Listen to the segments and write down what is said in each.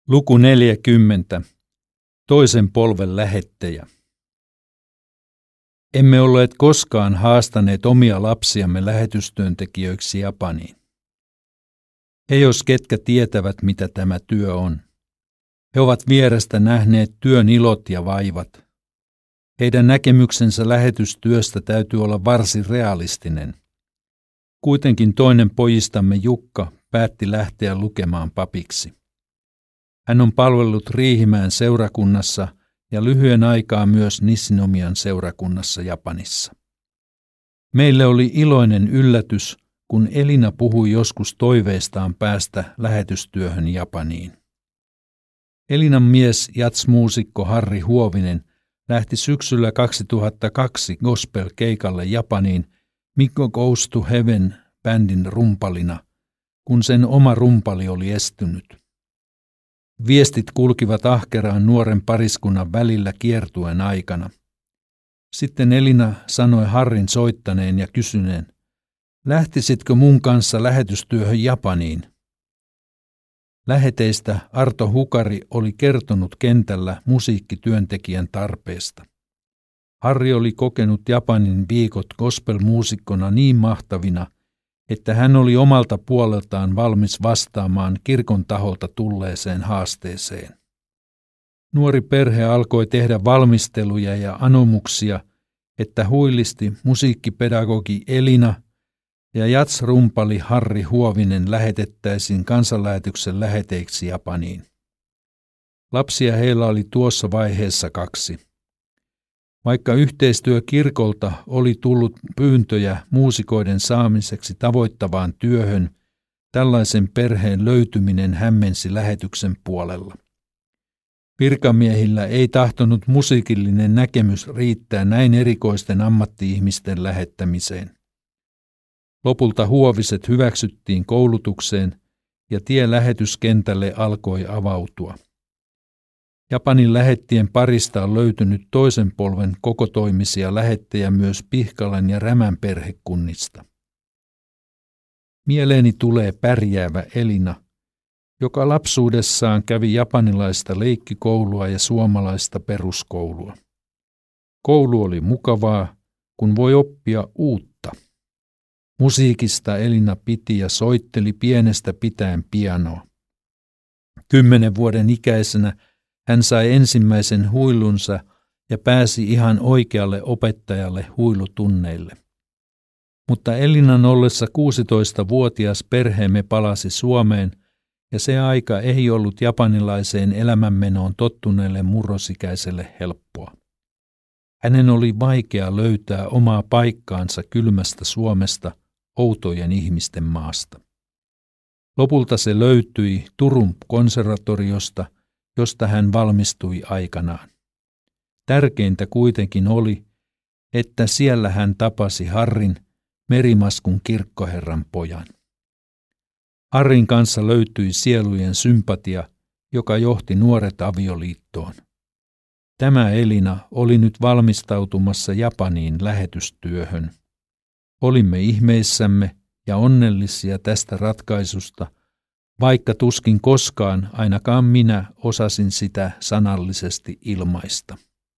Luku 40. Toisen polven lähettejä. Emme olleet koskaan haastaneet omia lapsiamme lähetystyöntekijöiksi Japaniin. He jos ketkä tietävät, mitä tämä työ on. He ovat vierestä nähneet työn ilot ja vaivat. Heidän näkemyksensä lähetystyöstä täytyy olla varsin realistinen. Kuitenkin toinen pojistamme Jukka päätti lähteä lukemaan papiksi. Hän on palvellut Riihimäen seurakunnassa ja lyhyen aikaa myös Nishinomiyan seurakunnassa Japanissa. Meille oli iloinen yllätys, kun Elina puhui joskus toiveistaan päästä lähetystyöhön Japaniin. Elinan mies jazzmuusikko Harri Huovinen lähti syksyllä 2002 gospel-keikalle Japaniin Mikko Goes to Heaven -bändin rumpalina, kun sen oma rumpali oli estynyt. Viestit kulkivat ahkeraan nuoren pariskunnan välillä kiertueen aikana. Sitten Elina sanoi Harrin soittaneen ja kysyneen, lähtisitkö mun kanssa lähetystyöhön Japaniin? Läheteistä Arto Hukari oli kertonut kentällä musiikkityöntekijän tarpeesta. Harri oli kokenut Japanin viikot gospelmuusikkona niin mahtavina, että hän oli omalta puoleltaan valmis vastaamaan kirkon taholta tulleeseen haasteeseen. Nuori perhe alkoi tehdä valmisteluja ja anomuksia, että huilisti musiikkipedagogi Elina ja jazzrumpali Harri Huovinen lähetettäisiin kansanlähetyksen läheteiksi Japaniin. Lapsia heillä oli tuossa vaiheessa 2. Vaikka yhteistyö kirkolta oli tullut pyyntöjä muusikoiden saamiseksi tavoittavaan työhön, tällaisen perheen löytyminen hämmensi lähetyksen puolella. Virkamiehillä ei tahtonut musiikillinen näkemys riittää näin erikoisten ammatti-ihmisten lähettämiseen. Lopulta Huoviset hyväksyttiin koulutukseen ja tie lähetyskentälle alkoi avautua. Japanin lähettien parista on löytynyt toisen polven kokotoimisia lähettejä myös Pihkalan ja Rämän perhekunnista. Mieleeni tulee pärjäävä Elina, joka lapsuudessaan kävi japanilaista leikkikoulua ja suomalaista peruskoulua. Koulu oli mukavaa, kun voi oppia uutta. Musiikista Elina piti ja soitteli pienestä pitäen pianoa. 10 vuoden ikäisenä hän sai ensimmäisen huilunsa ja pääsi ihan oikealle opettajalle huilutunneille. Mutta Elinan ollessa 16-vuotias perheemme palasi Suomeen ja se aika ei ollut japanilaiseen elämänmenoon tottuneelle murrosikäiselle helppoa. Hänen oli vaikea löytää omaa paikkaansa kylmästä Suomesta, outojen ihmisten maasta. Lopulta se löytyi Turun konservatoriosta, josta hän valmistui aikanaan. Tärkeintä kuitenkin oli, että siellä hän tapasi Harrin, Merimaskun kirkkoherran pojan. Harrin kanssa löytyi sielujen sympatia, joka johti nuoret avioliittoon. Tämä Elina oli nyt valmistautumassa Japaniin lähetystyöhön. Olimme ihmeissämme ja onnellisia tästä ratkaisusta, vaikka tuskin koskaan ainakaan minä osasin sitä sanallisesti ilmaista.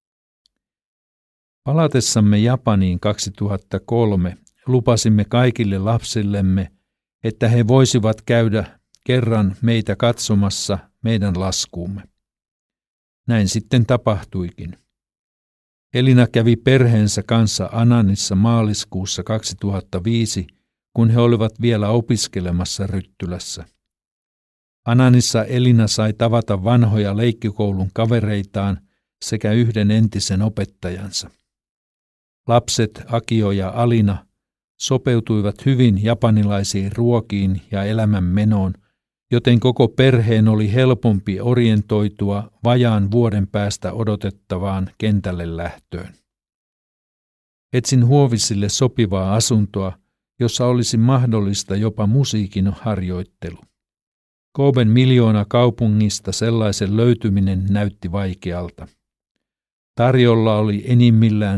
Palatessamme Japaniin 2003 lupasimme kaikille lapsillemme, että he voisivat käydä kerran meitä katsomassa meidän laskuumme. Näin sitten tapahtuikin. Elina kävi perheensä kanssa Ananissa maaliskuussa 2005, kun he olivat vielä opiskelemassa Ryttylässä. Ananissa Elina sai tavata vanhoja leikkikoulun kavereitaan sekä yhden entisen opettajansa. Lapset Akio ja Alina sopeutuivat hyvin japanilaisiin ruokiin ja elämänmenoon, joten koko perheen oli helpompi orientoitua vajaan vuoden päästä odotettavaan kentälle lähtöön. Etsin Huovisille sopivaa asuntoa, jossa olisi mahdollista jopa musiikin harjoittelu. Koben miljoonakaupungista sellaisen löytyminen näytti vaikealta. Tarjolla oli enimmillään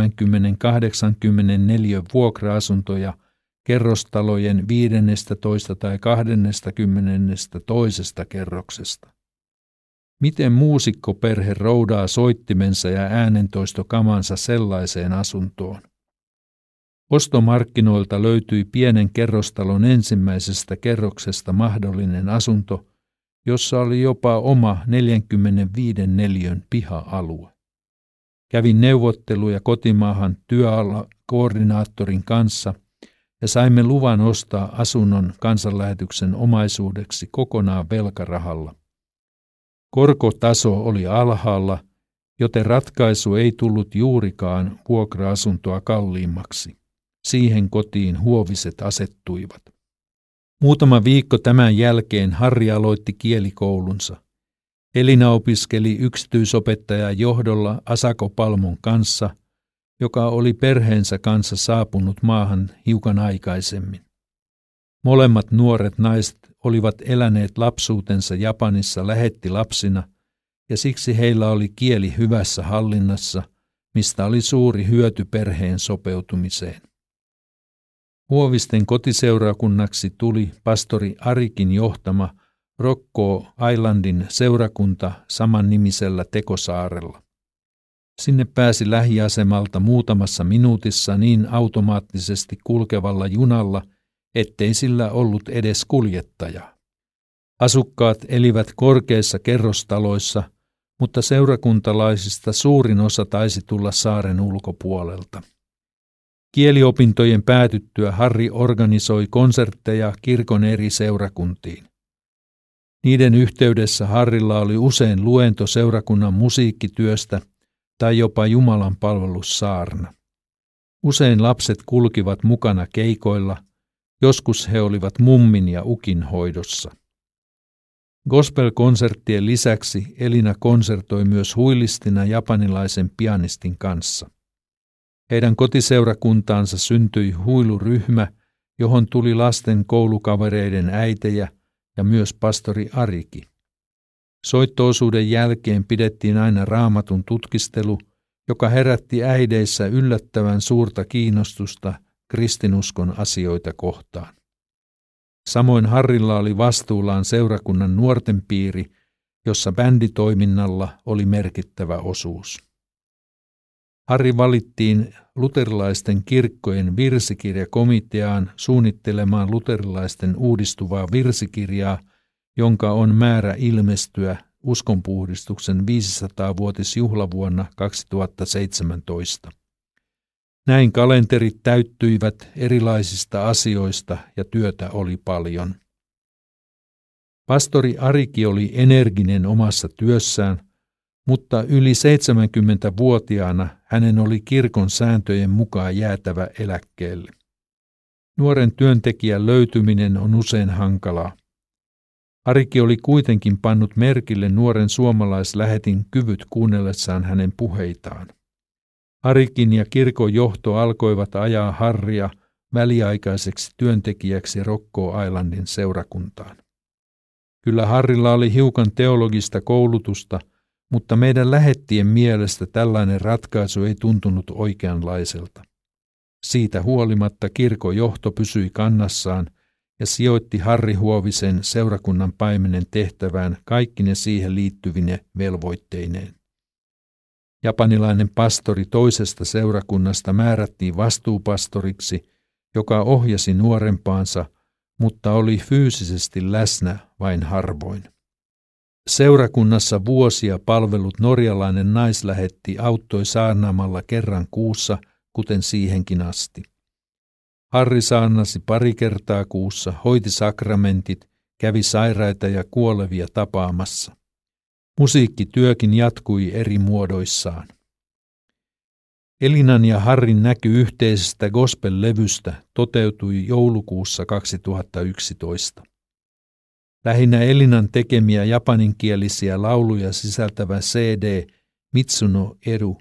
70-84 vuokra-asuntoja kerrostalojen 15. tai 22. kerroksesta. Miten muusikkoperhe roudaa soittimensa ja äänentoistokamansa sellaiseen asuntoon? Ostomarkkinoilta löytyi pienen kerrostalon ensimmäisestä kerroksesta mahdollinen asunto, jossa oli jopa oma 45 neliön piha-alue. Kävin neuvotteluja kotimaahan työalakoordinaattorin kanssa ja saimme luvan ostaa asunnon kansanlähetyksen omaisuudeksi kokonaan velkarahalla. Korkotaso oli alhaalla, joten ratkaisu ei tullut juurikaan vuokra-asuntoa kalliimmaksi. Siihen kotiin Huoviset asettuivat. Muutama viikko tämän jälkeen Harri aloitti kielikoulunsa. Elina opiskeli yksityisopettajan johdolla Asako Palmon kanssa, joka oli perheensä kanssa saapunut maahan hiukan aikaisemmin. Molemmat nuoret naiset olivat eläneet lapsuutensa Japanissa lähettilapsina, ja siksi heillä oli kieli hyvässä hallinnassa, mistä oli suuri hyöty perheen sopeutumiseen. Huovisten kotiseurakunnaksi tuli pastori Arikin johtama Rokkoo Islandin seurakunta samannimisellä Tekosaarella. Sinne pääsi lähiasemalta muutamassa minuutissa niin automaattisesti kulkevalla junalla, ettei sillä ollut edes kuljettajaa. Asukkaat elivät korkeissa kerrostaloissa, mutta seurakuntalaisista suurin osa taisi tulla saaren ulkopuolelta. Kieliopintojen päätyttyä Harri organisoi konsertteja kirkon eri seurakuntiin. Niiden yhteydessä Harrilla oli usein luento seurakunnan musiikkityöstä tai jopa Jumalan palvelussaarna. Usein lapset kulkivat mukana keikoilla, joskus he olivat mummin ja ukin hoidossa. Gospel-konserttien lisäksi Elina konsertoi myös huilistina japanilaisen pianistin kanssa. Heidän kotiseurakuntaansa syntyi huiluryhmä, johon tuli lasten koulukavereiden äitejä ja myös pastori Ariki. Soitto-osuuden jälkeen pidettiin aina Raamatun tutkistelu, joka herätti äideissä yllättävän suurta kiinnostusta kristinuskon asioita kohtaan. Samoin Harrilla oli vastuullaan seurakunnan nuorten piiri, jossa bänditoiminnalla oli merkittävä osuus. Harri valittiin luterilaisten kirkkojen virsikirjakomiteaan suunnittelemaan luterilaisten uudistuvaa virsikirjaa, jonka on määrä ilmestyä uskonpuhdistuksen 500-vuotisjuhlavuonna 2017. Näin kalenterit täyttyivät erilaisista asioista ja työtä oli paljon. Pastori Ariki oli energinen omassa työssään, mutta yli 70-vuotiaana hänen oli kirkon sääntöjen mukaan jäätävä eläkkeelle. Nuoren työntekijän löytyminen on usein hankalaa. Ariki oli kuitenkin pannut merkille nuoren suomalaislähetin kyvyt kuunnellessaan hänen puheitaan. Arikin ja kirkon johto alkoivat ajaa Harria väliaikaiseksi työntekijäksi Rokkoo Islandin seurakuntaan. Kyllä Harrilla oli hiukan teologista koulutusta, mutta meidän lähettien mielestä tällainen ratkaisu ei tuntunut oikeanlaiselta. Siitä huolimatta kirkon johto pysyi kannassaan ja sijoitti Harri Huovisen seurakunnan paimenen tehtävään kaikkine siihen liittyvine velvoitteineen. Japanilainen pastori toisesta seurakunnasta määrättiin vastuupastoriksi, joka ohjasi nuorempaansa, mutta oli fyysisesti läsnä vain harvoin. Seurakunnassa vuosia palvellut norjalainen naislähetti auttoi saarnaamalla kerran kuussa, kuten siihenkin asti. Harri saarnasi pari kertaa kuussa, hoiti sakramentit, kävi sairaita ja kuolevia tapaamassa. Musiikkityökin jatkui eri muodoissaan. Elinan ja Harrin näky yhteisestä gospel-levystä toteutui joulukuussa 2011. Lähinnä Elinan tekemiä japaninkielisiä lauluja sisältävä CD Mitsuno Eru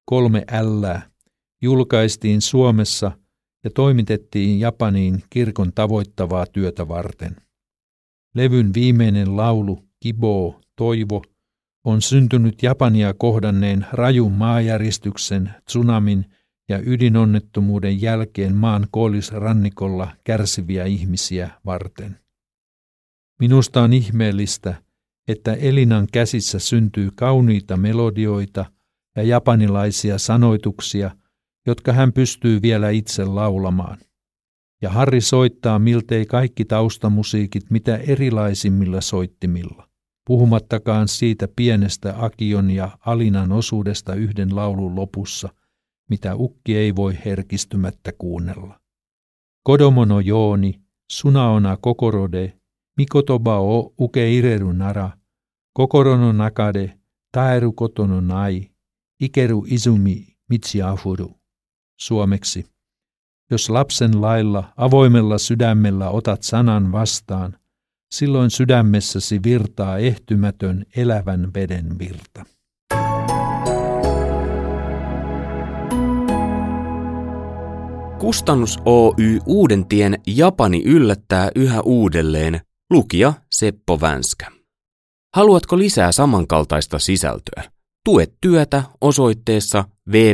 3L julkaistiin Suomessa ja toimitettiin Japaniin kirkon tavoittavaa työtä varten. Levyn viimeinen laulu Kiboo, toivo, on syntynyt Japania kohdanneen rajun maajäristyksen, tsunamin ja ydinonnettomuuden jälkeen maan koillisrannikolla kärsiviä ihmisiä varten. Minusta on ihmeellistä, että Elinan käsissä syntyy kauniita melodioita ja japanilaisia sanoituksia, jotka hän pystyy vielä itse laulamaan. Ja Harri soittaa miltei kaikki taustamusiikit mitä erilaisimmilla soittimilla, puhumattakaan siitä pienestä Akion ja Alinan osuudesta yhden laulun lopussa, mitä ukki ei voi herkistymättä kuunnella. Kodomo no jooni, sunaona kokorode, mikotoba o uke ireru nara, kokoro no nakade, taeru kotono nai, ikeru izumi mitsiafuru. Suomeksi. Jos lapsen lailla, avoimella sydämellä otat sanan vastaan, silloin sydämessäsi virtaa ehtymätön elävän veden virta. Kustannus Oy Uudentien Japani yllättää yhä uudelleen. Lukija Seppo Vänskä. Haluatko lisää samankaltaista sisältöä? Tue työtä osoitteessa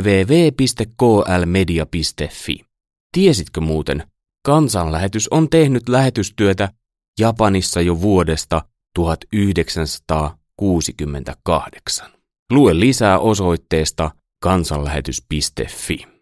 www.klmedia.fi. Tiesitkö muuten, Kansanlähetys on tehnyt lähetystyötä Japanissa jo vuodesta 1968. Lue lisää osoitteesta kansanlähetys.fi.